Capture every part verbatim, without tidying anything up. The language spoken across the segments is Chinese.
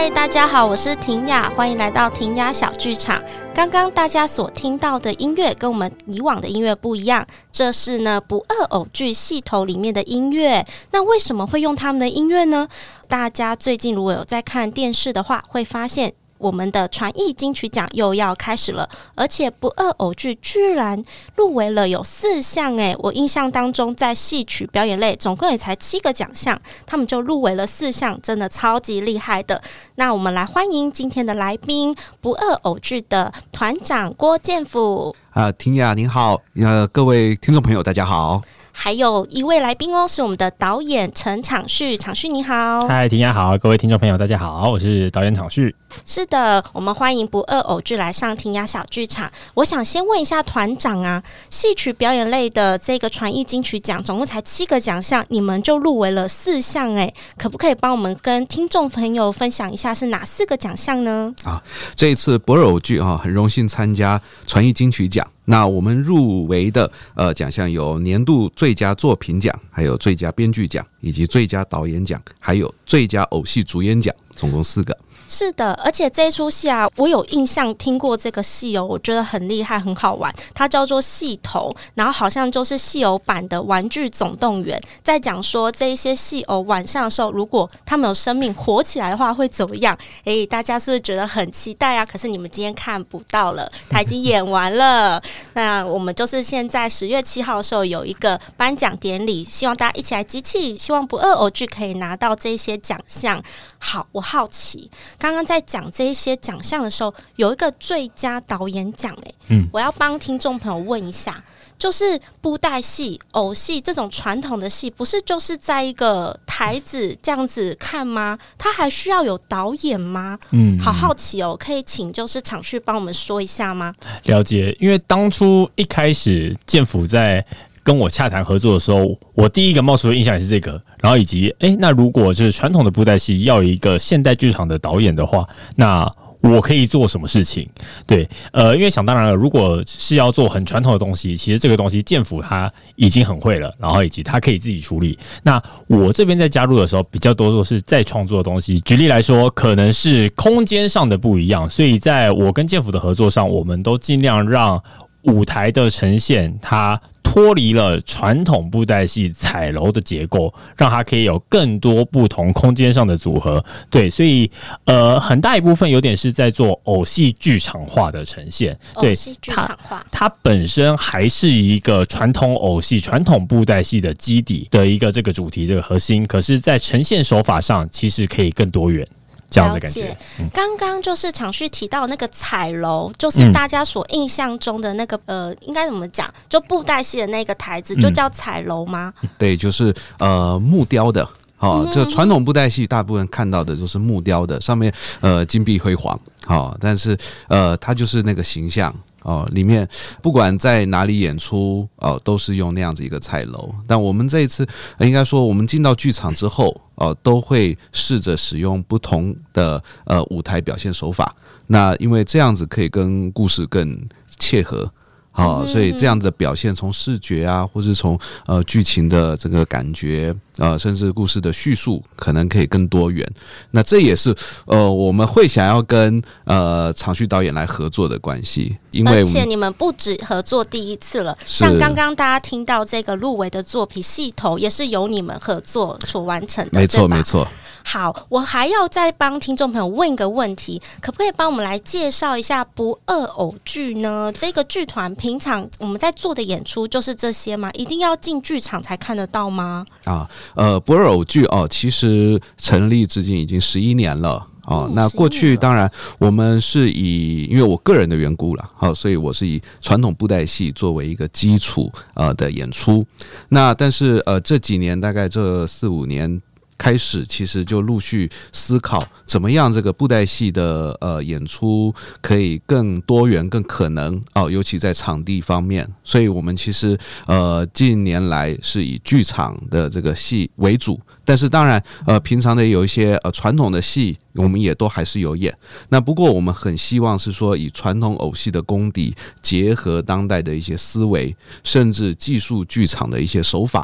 嗨，大家好，我是庭雅，欢迎来到庭雅小剧场。刚刚大家所听到的音乐跟我们以往的音乐不一样，这是呢不二偶剧戏头里面的音乐。那为什么会用他们的音乐呢？大家最近如果有在看电视的话，会发现我们的传艺金曲奖又要开始了，而且不二偶剧居然入围了有四项诶，我印象当中在戏曲表演类总共也才七个奖项，他们就入围了四项，真的超级厉害的。那我们来欢迎今天的来宾，不二偶剧的团长郭建甫。 啊，庭雅您好，呃，各位听众朋友大家好。 还有一位来宾哦，是我们的导演陈昶旭，昶旭你好。 嗨，庭雅好，各位听众朋友大家好，我是导演昶旭。 是的，我们欢迎不二偶剧来上庭雅小剧场。我想先问一下团长啊，戏曲表演类的这个传艺金曲奖总共才七个奖项，你们就入围了四项，哎，可不可以帮我们跟听众朋友分享一下是哪四个奖项呢？ 啊，这一次不二偶剧啊，很荣幸参加传艺金曲奖。那我们入围的呃奖项有年度最佳作品奖，还有最佳编剧奖，以及最佳导演奖，还有最佳偶戏主演奖，总共四个。 是的，而且这一出戏啊，我有印象听过这个戏哦，我觉得很厉害很好玩，它叫做戏头，然后好像就是戏偶版的玩具总动员，在讲说这一些戏偶晚上的时候，如果他们有生命活起来的话会怎么样。诶，大家是不是觉得很期待啊？可是你们今天看不到了，它已经演完了。那我们就是现在十月七号的时候有一个颁奖典礼，希望大家一起来集气，希望不二偶剧可以拿到这些奖项。好，我好奇刚刚在讲这一些奖项的时候，有一个最佳导演奖，哎，嗯，我要帮听众朋友问一下，就是布袋戏、偶戏这种传统的戏，不是就是在一个台子这样子看吗？它还需要有导演吗？嗯，好好奇哦，可以请就是昶旭帮我们说一下吗？ 了解，因为当初一开始建甫在跟我洽谈合作的时候，我第一个冒出的印象也是这个，然后以及哎，那如果就是传统的布袋戏要有一个现代剧场的导演的话，那我可以做什么事情？对，呃，因为想当然了，如果是要做很传统的东西，其实这个东西建甫他已经很会了，然后以及他可以自己处理。那我这边在加入的时候，比较多都是在创作的东西。举例来说，可能是空间上的不一样，所以在我跟建甫的合作上，我们都尽量让舞台的呈现它脱离了传统布袋戏彩楼的结构，让它可以有更多不同空间上的组合。对，所以呃，很大一部分有点是在做偶戏剧场化的呈现。对， 偶戏剧场化， 它本身还是一个传统偶戏、传统布袋戏的基底的一个这个主题这个核心，可是在呈现手法上其实可以更多元。这样的感觉。 刚刚就是昶旭提到那个彩楼，就是大家所印象中的那个、嗯、呃，应该怎么讲？就布袋戏的那个台子，就叫彩楼吗？ 嗯、对，就是呃木雕的。哦，这传统布袋戏大部分看到的都是木雕的，上面呃金碧辉煌，哦，但是呃它就是那个形象。哦，里面不管在哪里演出，哦，都是用那样子一个彩楼。但我们这一次，呃、应该说，我们进到剧场之后，哦，都会试着使用不同的呃舞台表现手法。那因为这样子可以跟故事更切合。好、哦，所以这样的表现，从视觉啊，或是从呃剧情的这个感觉，呃，甚至故事的叙述，可能可以更多元。那这也是呃我们会想要跟呃昶旭导演来合作的关系，因为而且你们不止合作第一次了，像刚刚大家听到这个入围的作品《戏头》，也是由你们合作所完成的， 没错，没错。 好，我还要再帮听众朋友问一个问题，可不可以帮我们来介绍一下不二偶剧呢？这个剧团平常我们在做的演出就是这些吗？一定要进剧场才看得到吗？ 啊，呃，不二偶剧哦，其实成立至今已经十一年了。哦，那过去当然我们是以因为我个人的缘故啦，好、哦，所以我是以传统布袋戏作为一个基础呃的演出。那但是呃这几年大概这四五年。开始其实就陆续思考怎么样这个布袋戏的呃演出可以更多元更可能哦，尤其在场地方面，所以我们其实呃近年来是以剧场的这个戏为主，但是当然呃平常的有一些呃传统的戏我们也都还是有演。那不过我们很希望是说以传统偶戏的功底结合当代的一些思维，甚至技术剧场的一些手法。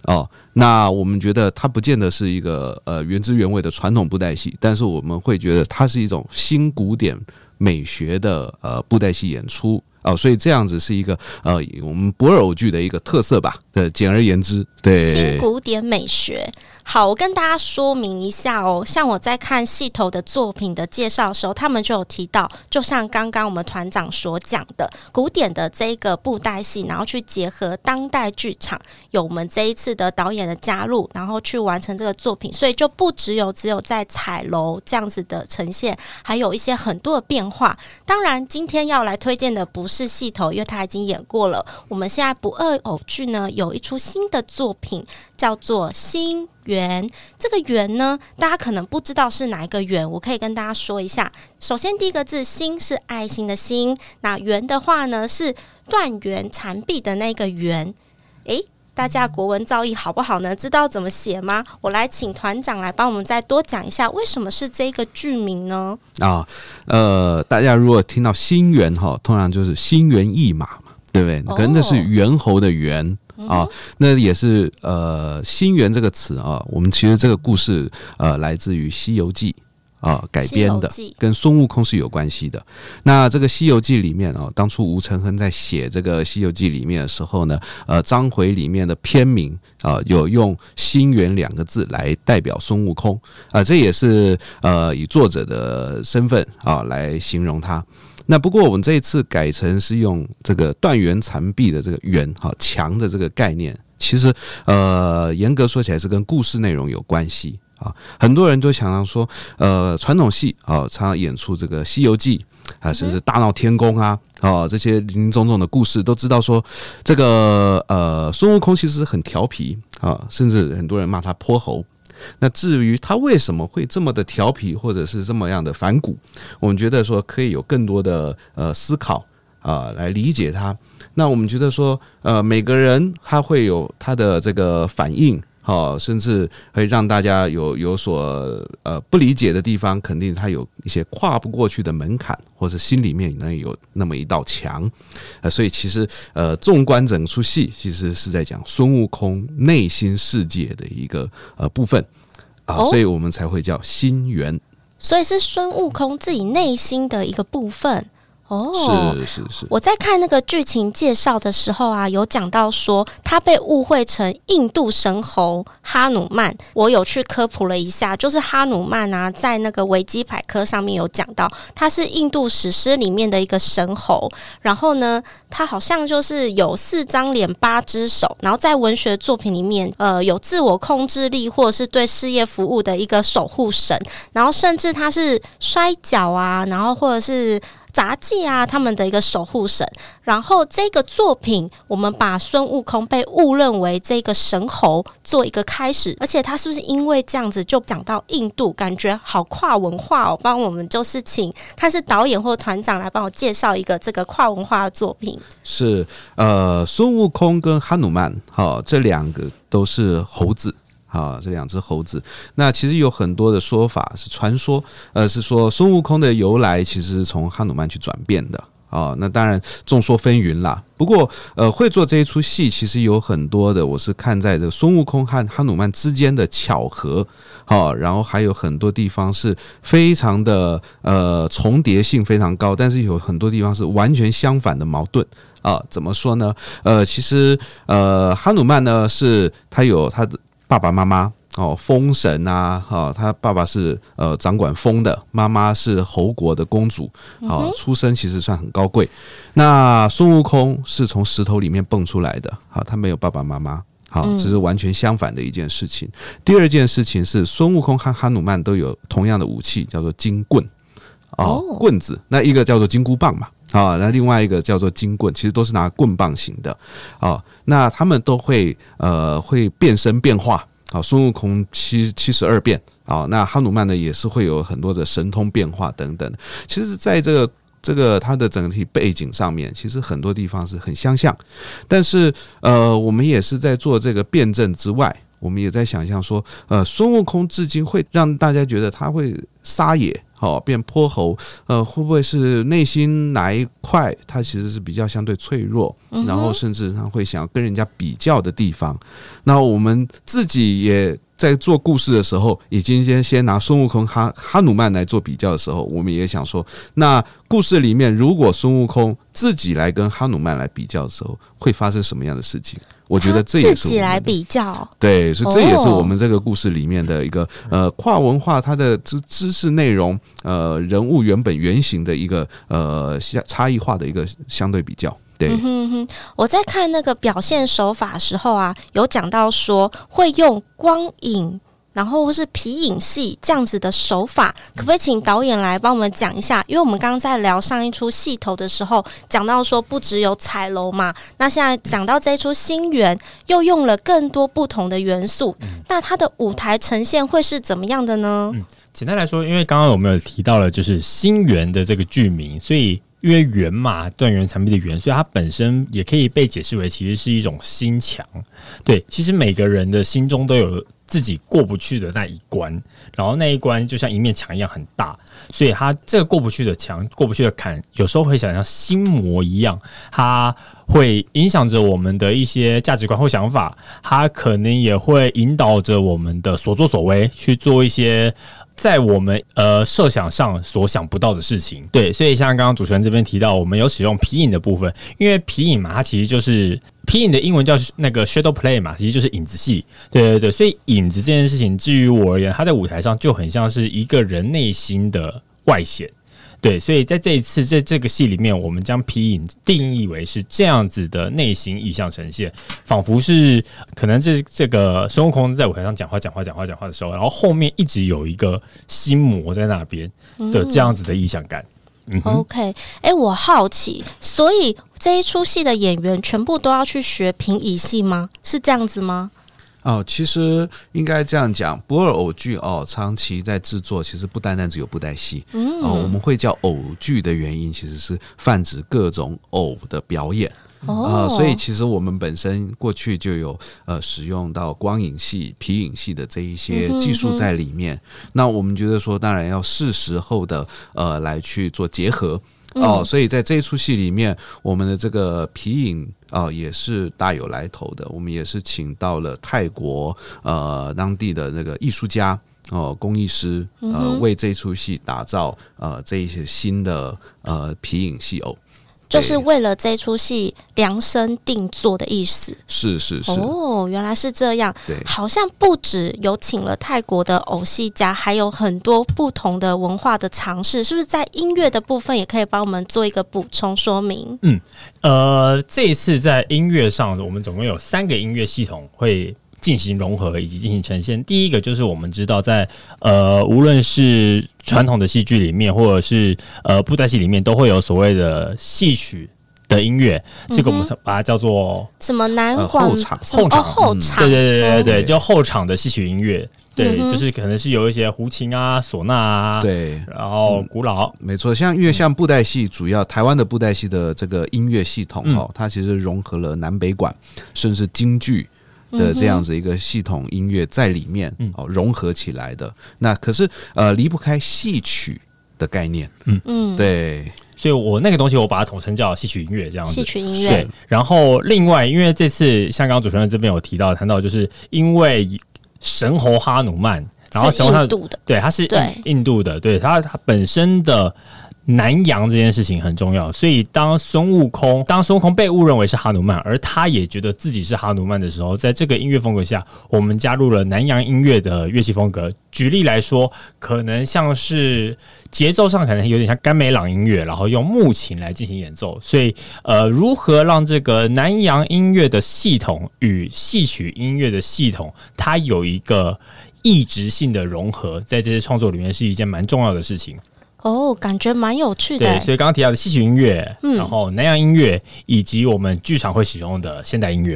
哦，那我们觉得它不见得是一个呃原汁原味的传统布袋戏，但是我们会觉得它是一种新古典美学的呃布袋戏演出哦，所以这样子是一个呃我们博尔偶剧的一个特色吧。对，简而言之，对， 新古典美学。好，我跟大家说明一下哦。像我在看戏头的作品的介绍的时候，他们就有提到，就像刚刚我们团长所讲的，古典的这个布袋戏，然后去结合当代剧场，有我们这一次的导演的加入，然后去完成这个作品，所以就不只有只有在彩楼这样子的呈现，还有一些很多的变化。当然，今天要来推荐的不是戏头，因为他已经演过了。我们现在不二偶剧呢，有一出新的作品叫做《心圆》。这个圆呢，大家可能不知道是哪一个圆，我可以跟大家说一下。首先第一个字心是爱心的心，那圆的话呢是断垣残壁的那个圆。诶，大家国文造诣好不好呢？知道怎么写吗？我来请团长来帮我们再多讲一下，为什么是这个剧名呢？啊， 呃，大家如果听到心猿哈，通常就是心猿意马嘛，对不对？可能那是猿猴的猿。啊，那也是呃，心猿这个词啊，我们其实这个故事呃，来自于《西游记》啊改编的，跟孙悟空是有关系的。那这个《西游记》里面啊，当初吴承亨在写这个《西游记》里面的时候呢，呃，章回里面的篇名啊，有用“心猿”两个字来代表孙悟空啊，这也是呃以作者的身份啊来形容他。那不过我们这一次改成是用这个断垣残壁的这个垣哈墙的这个概念，其实呃严格说起来是跟故事内容有关系啊。很多人都想到说，呃传统戏啊常常演出这个《西游记》啊，甚至大闹天宫啊，哦这些林林总总的故事，都知道说这个呃孙悟空其实很调皮啊，甚至很多人骂他泼猴。那至于他为什么会这么的调皮，或者是这么样的反骨，我们觉得说可以有更多的呃思考啊、呃、来理解他。那我们觉得说呃每个人他会有他的这个反应，哦，甚至会让大家有有所呃不理解的地方，肯定他有一些跨不过去的门槛，或者心里面能有那么一道墙。呃，所以其实呃，纵观整出戏，其实是在讲孙悟空内心世界的一个呃部分啊、呃哦，所以我们才会叫心猿。 所以是孙悟空自己内心的一个部分。哦， 是是是。 我在看那个剧情介绍的时候啊，有讲到说他被误会成印度神猴哈努曼。我有去科普了一下，就是哈努曼啊，在那个维基百科上面有讲到，他是印度史诗里面的一个神猴。然后呢，他好像就是有四张脸、八只手，然后在文学作品里面，呃，有自我控制力或者是对事业服务的一个守护神。然后甚至他是摔跤啊，然后或者是杂技啊，他们的一个守护神。然后这个作品，我们把孙悟空被误认为这个神猴做一个开始，而且他是不是因为这样子就讲到印度，感觉好跨文化哦？帮我们就是请看是导演或团长来帮我介绍一个这个跨文化的作品。 是呃，孙悟空跟哈努曼，好、哦，这两个都是猴子。啊，这两只猴子，那其实有很多的说法是传说，呃，是说孙悟空的由来其实是从哈努曼去转变的啊。那当然众说纷纭啦。不过，呃，会做这一出戏，其实有很多的，我是看在这个孙悟空和哈努曼之间的巧合，啊，然后还有很多地方是非常的呃重叠性非常高，但是有很多地方是完全相反的矛盾。啊，怎么说呢？呃，其实呃，哈努曼呢是他有他的爸爸妈妈哦，风神啊，哦，他爸爸是呃掌管风的，妈妈是侯国的公主，哦，出身其实算很高贵。那孙悟空是从石头里面蹦出来的，好，他没有爸爸妈妈。好，这是完全相反的一件事情。第二件事情是孙悟空和哈努曼都有同样的武器，叫做金棍哦，棍子。那一个叫做金箍棒嘛。啊，那另外一个叫做金棍，其实都是拿棍棒型的啊。那他们都会呃会变身变化啊，孙悟空七七十二变啊，那哈努曼呢也是会有很多的神通变化等等。其实，在这个这个它的整体背景上面，其实很多地方是很相像，但是呃，我们也是在做这个辩证之外。我们也在想象说，呃，孙悟空至今会让大家觉得他会撒野好、哦、变泼猴，呃，会不会是内心哪一块它其实是比较相对脆弱，嗯、然后甚至他会想要跟人家比较的地方？那我们自己也在做故事的时候，已经先先拿孙悟空哈哈努曼来做比较的时候，我们也想说，那故事里面如果孙悟空自己来跟哈努曼来比较的时候，会发生什么样的事情？我觉得这也是自己来比较， 对，所以这也是我们这个故事里面的一个、哦、呃跨文化它的知知识内容，呃人物原本原型的一个呃差异化的一个相对比较。对、嗯哼哼，我在看那个表现手法的时候啊，有讲到说会用光影，然后或是皮影戏这样子的手法，可不可以请导演来帮我们讲一下？因为我们刚刚在聊上一出戏头的时候，讲到说不只有彩楼嘛，那现在讲到这一出星源，又用了更多不同的元素，嗯、那它的舞台呈现会是怎么样的呢？ 嗯，简单来说，因为刚刚我们有提到了就是星源的这个剧名，所以因为源嘛，断垣残壁的源，所以它本身也可以被解释为其实是一种心墙。对，其实每个人的心中都有自己过不去的那一关，然后那一关就像一面墙一样很大，所以它这个过不去的墙、过不去的坎，有时候会想像心魔一样，它会影响着我们的一些价值观或想法，它可能也会引导着我们的所作所为去做一些在我们呃设想上所想不到的事情。对，所以像刚刚主持人这边提到，我们有使用皮影的部分，因为皮影嘛，它其实就是皮影的英文叫那个 shadow play 嘛，其实就是影子戏。对对对，所以影子这件事情，至于我而言，它在舞台上就很像是一个人内心的外显。对，所以在这一次在这个戏里面，我们将皮影定义为是这样子的内心意象呈现，仿佛是可能这这个孙悟空在舞台上讲话讲话讲话讲话的时候，然后后面一直有一个心魔在那边的这样子的意象感。嗯嗯、 OK， 哎、欸，我好奇，所以这一出戏的演员全部都要去学平乙戏吗？是这样子吗？ 哦，其实应该这样讲，不二偶剧哦，长期在制作，其实不单单只有布袋戏。嗯、哦，我们会叫偶剧的原因，其实是泛指各种偶的表演。哦、呃，所以其实我们本身过去就有呃使用到光影戏、皮影戏的这一些技术在里面。嗯、那我们觉得说，当然要是时候的呃来去做结合。哦，所以在这一出戏里面，我们的这个皮影啊、呃、也是大有来头的。我们也是请到了泰国呃当地的那个艺术家哦、呃、工艺师呃为这一出戏打造呃这一些新的呃皮影戏偶。 就是为了这出戏量身定做的意思。 是是是。 哦，原来是这样。 对， 好像不止有请了泰国的偶戏家，还有很多不同的文化的尝试。是不是在音乐的部分也可以帮我们做一个补充说明？ 嗯，呃，这一次在音乐上，我们总共有三个音乐系统会进行融合以及进行呈现。第一个就是我们知道在呃无论是传统的戏剧里面，或者是呃布袋戏里面，都会有所谓的戏曲的音乐，这个我们把它叫做什么南管、 呃、后场后场、 哦、后场， 对对对对对， 哦、 就后场的戏曲音乐。对， 嗯、 就是可能是有一些胡琴啊、唢呐啊， 对， 然后古老， 嗯、没错，像因为像布袋戏，主要台湾的布袋戏的这个音乐系统哦，嗯、它其实融合了南北管，甚至京剧的这样子一个系统音乐在里面、嗯、哦融合起来的。那可是呃离不开戏曲的概念，嗯嗯，对。 所以我那个东西我把它统称叫戏曲音乐这样子。 戏曲音乐。 对。然后另外，因为这次像刚刚主持人这边有提到谈到，就是因为神猴哈努曼，然后是印度的， 对，它是印度的，对，它它本身的南洋这件事情很重要，所以当孙悟空当孙悟空被误认为是哈努曼，而他也觉得自己是哈努曼的时候，在这个音乐风格下，我们加入了南洋音乐的乐器风格。举例来说，可能像是节奏上可能有点像甘美朗音乐，然后用木琴来进行演奏。所以呃，如何让这个南洋音乐的系统与戏曲音乐的系统，它有一个异质性的融合，在这些创作里面是一件蛮重要的事情。 哦，感觉蛮有趣的。 对，所以刚刚提到的戏曲音乐，嗯、然后南洋音乐，以及我们剧场会使用的现代音乐，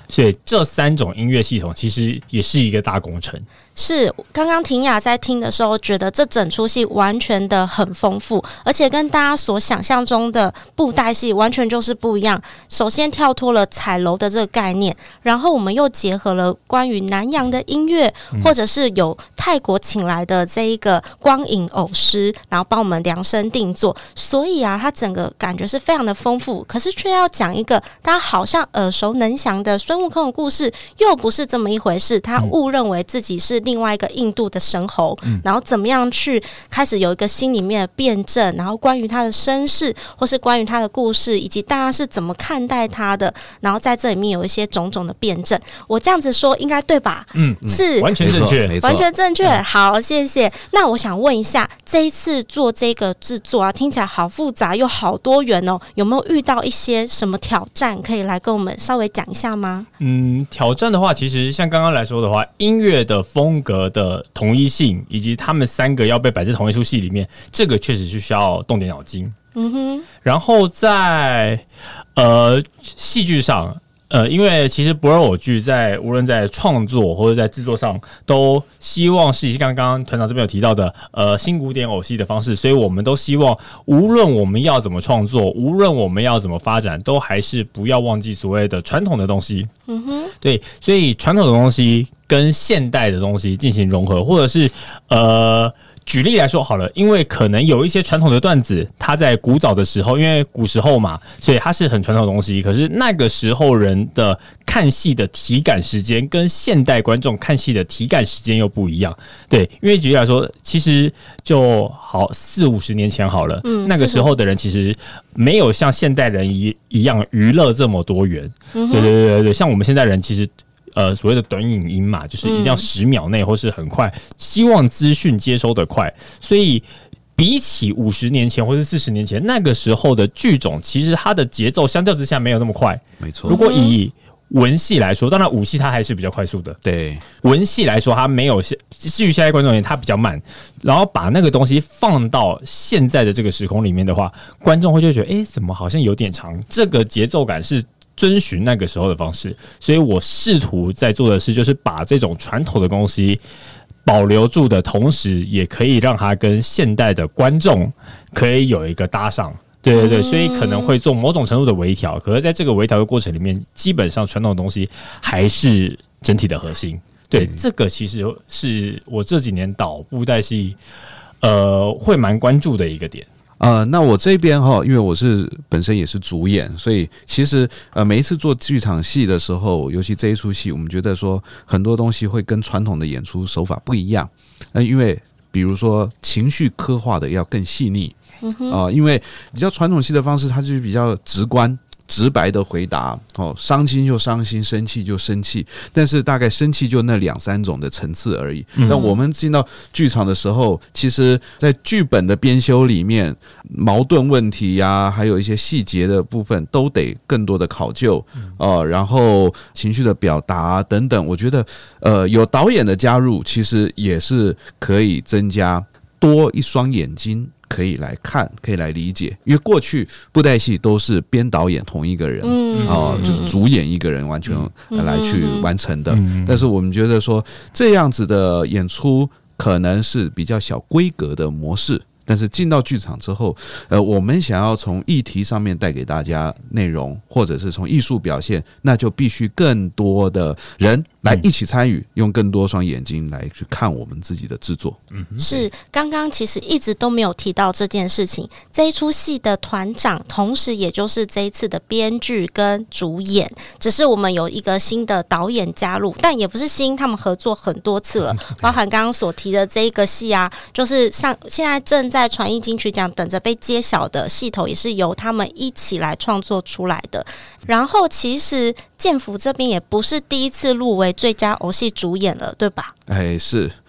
所以这三种音乐系统其实也是一个大工程。 是，刚刚婷雅在听的时候，觉得这整出戏完全的很丰富，而且跟大家所想象中的布袋戏完全就是不一样。首先跳脱了彩楼的这个概念，然后我们又结合了关于南洋的音乐，或者是有泰国请来的这一个光影偶师，然后帮我们量身定做。所以啊，它整个感觉是非常的丰富，可是却要讲一个大家好像耳熟能详的孙悟空的故事，又不是这么一回事。他误认为自己是另外一个印度的神猴，嗯、然后怎么样去开始有一个心里面的辩证，然后关于他的身世，或是关于他的故事，以及大家是怎么看待他的，然后在这里面有一些种种的辩证。我这样子说应该对吧？ 嗯， 是完全正确， 完全正确。好，谢谢。那我想问一下，这一次做这个制作啊，听起来好复杂又好多元哦，有没有遇到一些什么挑战？可以来跟我们稍微讲一下吗？ 嗯，挑战的话，其实像刚刚来说的话，音乐的风格的统一性，以及他们三个要被摆在同一出戏里面，这个确实是需要动点脑筋。嗯哼，然后在呃戏剧上。呃，因为其实不二偶剧在无论在创作或者在制作上，都希望是以刚刚团长这边有提到的呃新古典偶戏的方式，所以我们都希望无论我们要怎么创作，无论我们要怎么发展，都还是不要忘记所谓的传统的东西。嗯哼，对，所以传统的东西跟现代的东西进行融合，或者是呃。举例来说好了，因为可能有一些传统的段子，它在古早的时候，因为古时候嘛，所以它是很传统的东西。可是那个时候人的看戏的体感时间跟现代观众看戏的体感时间又不一样。对，因为举例来说，其实就好四五十年前好了，嗯、那个时候的人其实没有像现代人一一样娱乐这么多元。嗯、对对对对对，像我们现代人其实。呃，所谓的短影音嘛，就是一定要十秒内或是很快，希望资讯接收的快，所以比起五十年前或是四十年前那个时候的剧种，其实它的节奏相较之下没有那么快。 没错， 如果以文戏来说，当然武戏它还是比较快速的。 对， 文戏来说，它没有至于现在观众而言，它比较慢。然后把那个东西放到现在的这个时空里面的话，观众会就觉得，哎、欸，怎么好像有点长？这个节奏感是。遵循那个时候的方式，所以我试图在做的事就是把这种传统的东西保留住的同时，也可以让它跟现代的观众可以有一个搭上。对对对，所以可能会做某种程度的微调，可是在这个微调的过程里面，基本上传统的东西还是整体的核心。对，这个其实是我这几年导布袋戏，呃，会蛮关注的一个点。 呃，那我这边哈，因为我是本身也是主演，所以其实呃每一次做剧场戏的时候，尤其这一出戏，我们觉得说很多东西会跟传统的演出手法不一样。呃，因为比如说情绪刻画的要更细腻，啊、呃，因为比较传统戏的方式，它就是比较直观。直白的回答，哦，伤心就伤心，生气就生气，但是大概生气就那两三种的层次而已。嗯、但我们进到剧场的时候，其实在剧本的编修里面，矛盾问题呀、啊，还有一些细节的部分，都得更多的考究，呃，然后情绪的表达等等，我觉得，呃，有导演的加入，其实也是可以增加多一双眼睛。可以来看，可以来理解，因为过去布袋戏都是编导演同一个人，嗯哦、呃，就是主演一个人完全来去完成的。嗯、但是我们觉得说这样子的演出可能是比较小规格的模式。但是进到剧场之后，呃，我们想要从议题上面带给大家内容，或者是从艺术表现，那就必须更多的人来一起参与，嗯、用更多双眼睛来去看我们自己的制作。 嗯，是刚刚其实一直都没有提到这件事情。这一出戏的团长，同时也就是这一次的编剧跟主演，只是我们有一个新的导演加入，但也不是新，他们合作很多次了，包含刚刚所提的这一个戏啊，就是上现在正在。在传艺金曲奖等着被揭晓的戏头也是由他们一起来创作出来的。然后其实建福这边也不是第一次入围最佳偶戏主演了，对吧？ 哎，是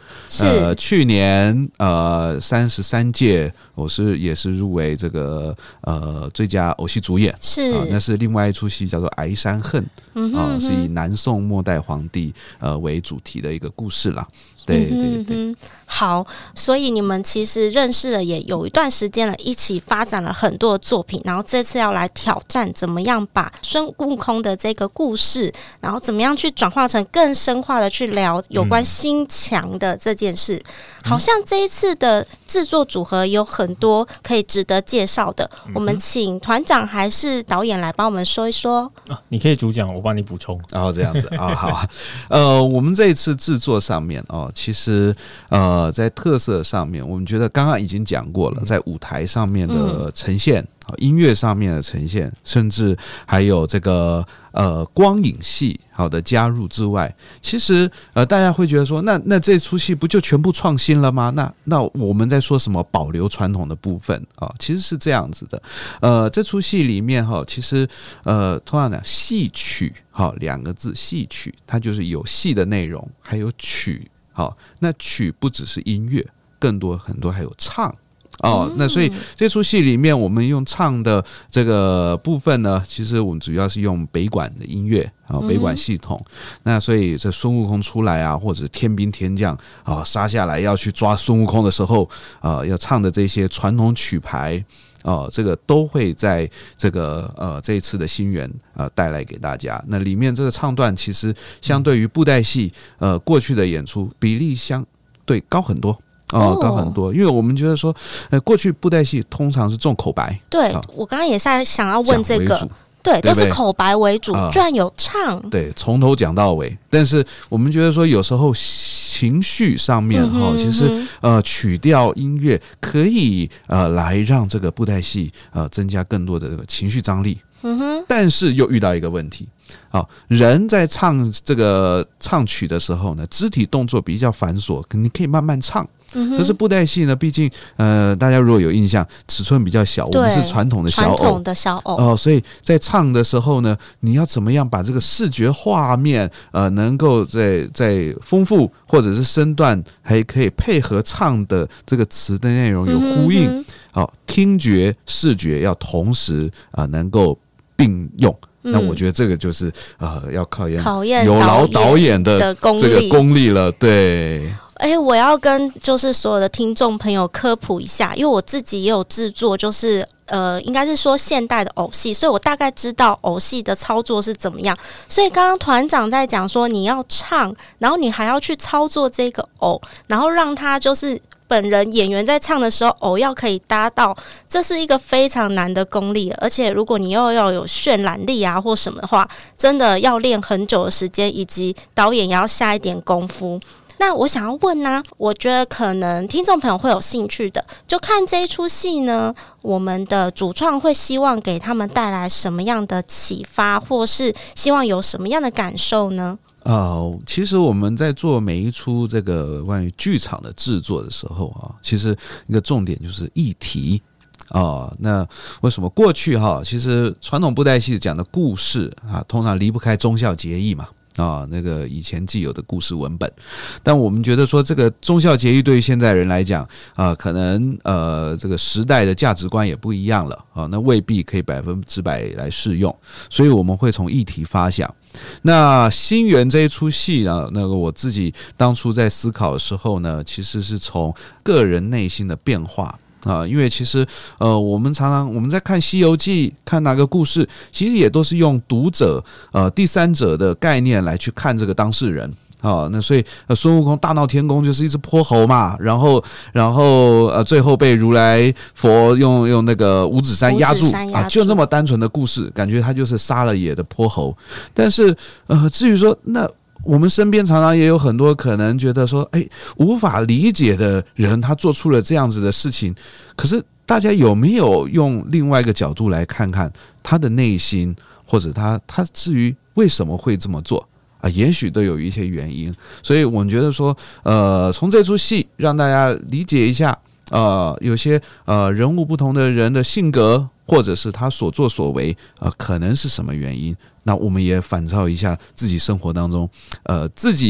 是呃，去年呃三十三届，我是也是入围这个呃最佳偶戏主演， 是、 呃、那是另外一出戏叫做《崖山恨》， 嗯哼啊、 嗯哼是以南宋末代皇帝呃为主题的一个故事啦。对对对、 嗯，好，所以你们其实认识了也有一段时间了，一起发展了很多的作品，然后这次要来挑战怎么样把孙悟空的这个故事，然后怎么样去转化成更深化的去聊有关心墙的这件事、嗯、好像这一次的制作组合有很多可以值得介绍的、嗯、我们请团长还是导演来帮我们说一说、 啊、你可以主讲，我帮你补充。 然后、哦、这样子啊、哦，好，呃，我们这一次制作上面哦。其实，呃，在特色上面，我们觉得刚刚已经讲过了，在舞台上面的呈现，嗯、音乐上面的呈现，甚至还有这个呃光影戏好的加入之外，其实呃大家会觉得说，那那这出戏不就全部创新了吗？那那我们在说什么保留传统的部分啊、哦？其实是这样子的，呃，这出戏里面哈，其实呃，通常讲戏曲，好两个字，戏曲，它就是有戏的内容，还有曲。好，那曲不只是音乐，更多很多还有唱哦。那所以这出戏里面，我们用唱的这个部分呢，其实我们主要是用北管的音乐啊，北管系统。那所以这孙悟空出来啊，或者天兵天将啊杀下来要去抓孙悟空的时候啊，要唱的这些传统曲牌。哦，这个都会在这个呃这一次的新园呃带来给大家。那里面这个唱段其实相对于布袋戏呃过去的演出比例相对高很多。哦，高很多，因为我们觉得说，呃，过去布袋戏通常是重口白。 对、 哦、 我刚刚也是想要问这个。对， 对， 都是口白为主， 呃、 居然有唱， 对，从头讲到尾。但是我们觉得说，有时候情绪上面哈、嗯，其实呃曲调音乐可以呃来让这个布袋戏呃增加更多的这个情绪张力。嗯哼，但是又遇到一个问题，好、哦，人在唱这个唱曲的时候呢，肢体动作比较繁琐，你可以慢慢唱。可是布袋戏呢，毕竟呃，大家如果有印象，尺寸比较小，我们是传统的小偶， 传统的小偶哦，所以在唱的时候呢，你要怎么样把这个视觉画面呃，能够在在丰富，或者是身段还可以配合唱的这个词的内容有呼应，嗯哦，听觉视觉要同时啊、呃、能够并用。那我觉得这个就是呃要考验考验有劳导演的这个功力了，对。 哎、欸，我要跟就是所有的听众朋友科普一下，因为我自己也有制作，就是呃，应该是说现代的偶戏，所以我大概知道偶戏的操作是怎么样。所以刚刚团长在讲说，你要唱，然后你还要去操作这个偶，然后让他就是本人演员在唱的时候，偶要可以搭到，这是一个非常难的功力。而且如果你又要有渲染力啊或什么的话，真的要练很久的时间，以及导演也要下一点功夫。那我想要问呢、啊，我觉得可能听众朋友会有兴趣的，就看这一出戏呢，我们的主创会希望给他们带来什么样的启发，或是希望有什么样的感受呢？ 呃，其实我们在做每一出这个关于剧场的制作的时候啊，其实一个重点就是议题啊、哦。那为什么过去哈，其实传统布袋戏讲的故事啊，通常离不开忠孝节义嘛。啊，那个以前既有的故事文本，但我们觉得说这个忠孝节义对于现在人来讲啊，可能呃这个时代的价值观也不一样了啊，那未必可以百分之百来适用，所以我们会从议题发想。那心园这一出戏呢，那个我自己当初在思考的时候呢，其实是从个人内心的变化。啊，因为其实呃，我们常常我们在看《西游记》看哪个故事，其实也都是用读者呃第三者的概念来去看这个当事人。啊，那所以呃，孙悟空大闹天宫就是一只泼猴嘛，然后然后呃，最后被如来佛用用那个五指山压住啊，就这么单纯的故事，感觉他就是杀了野的泼猴。但是呃，至于说那。我们身边常常也有很多可能觉得说，哎，无法理解的人，他做出了这样子的事情。可是大家有没有用另外一个角度来看看他的内心，或者他他至于为什么会这么做啊？也许都有一些原因。所以我们觉得说，呃，从这出戏让大家理解一下，呃，有些呃人物不同的人的性格，或者是他所作所为，呃，可能是什么原因。那我们也反照一下自己生活当中，呃，自己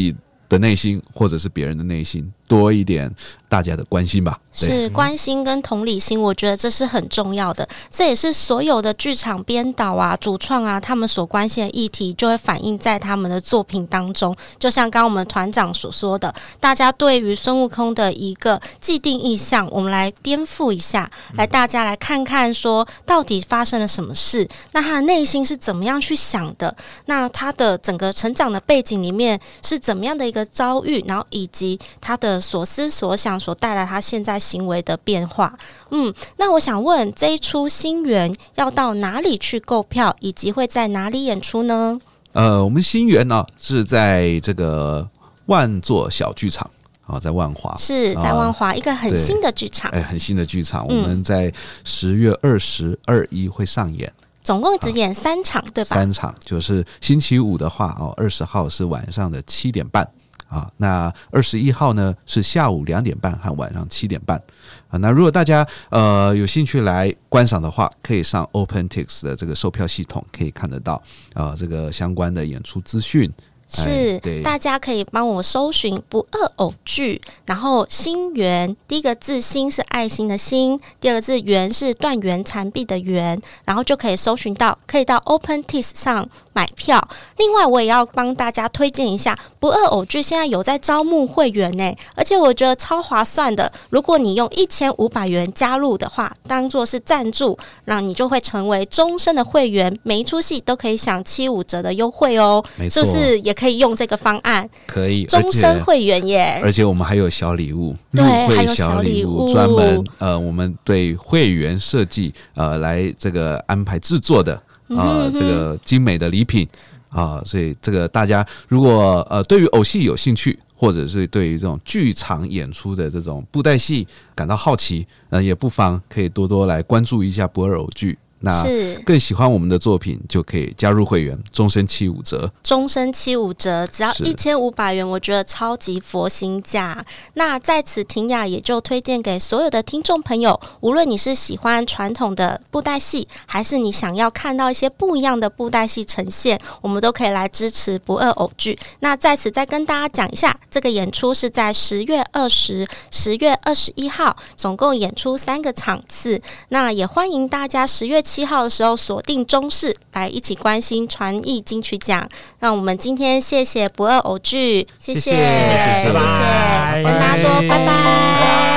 的内心，或者是别人的内心，多一点大家的关心吧。 是关心跟同理心，我觉得这是很重要的。这也是所有的剧场编导啊、主创啊，他们所关心的议题，就会反映在他们的作品当中。就像刚刚我们团长所说的，大家对于孙悟空的一个既定印象，我们来颠覆一下，来大家来看看说到底发生了什么事，那他的内心是怎么样去想的，那他的整个成长的背景里面是怎么样的一个遭遇，然后以及他的所思所想所带来他现在行为的变化。嗯，那我想问，这一出新园要到哪里去购票，以及会在哪里演出呢？ 呃，我们新园呢是在这个万座小剧场啊，在万华， 是在万华、啊、一个很新的剧场， 哎，很新的剧场。我们在十月二十二一会上演。 总共只演三场、啊、对吧？ 三场，就是星期五的话哦，二十号是晚上的七点半啊，那二十一号呢是下午两点半和晚上七点半啊。那如果大家呃有兴趣来观赏的话，可以上 OpenTix 的这个售票系统，可以看得到啊这个相关的演出资讯。 是、 哎， 大家可以帮我搜寻不二偶剧，然后新园，第一个字新是爱心的心，第二个字园是断垣残壁的园，然后就可以搜寻到，可以到 OpenTix 上买票。另外我也要帮大家推荐一下，不二偶剧现在有在招募会员呢，而且我觉得超划算的。如果你用一千五百元加入的话，当做是赞助，那你就会成为终身的会员，每一出戏都可以享七五折的优惠哦。 没错， 是不是也可以用这个方案？ 可以， 终身会员耶！ 而且我们还有小礼物， 对， 入会还有小礼物，专门呃，我们对会员设计呃来这个安排制作的啊、呃，这个精美的礼品啊、呃，所以这个大家如果呃对于偶戏有兴趣，或者是对于这种剧场演出的这种布袋戏感到好奇，呃，也不妨可以多多来关注一下不二偶剧。那更喜欢我们的作品，就可以加入会员，终身七五折。终身七五折，只要一千五百元，我觉得超级佛心价。那在此，庭雅也就推荐给所有的听众朋友，无论你是喜欢传统的布袋戏，还是你想要看到一些不一样的布袋戏呈现，我们都可以来支持不二偶剧。那在此再跟大家讲一下，这个演出是在十月二十、十月二十一号，总共演出三个场次。那也欢迎大家十月七号的时候锁定中视来一起关心传艺金曲奖。那我们今天谢谢不二偶剧，谢谢，谢谢，谢谢，跟大家说拜拜。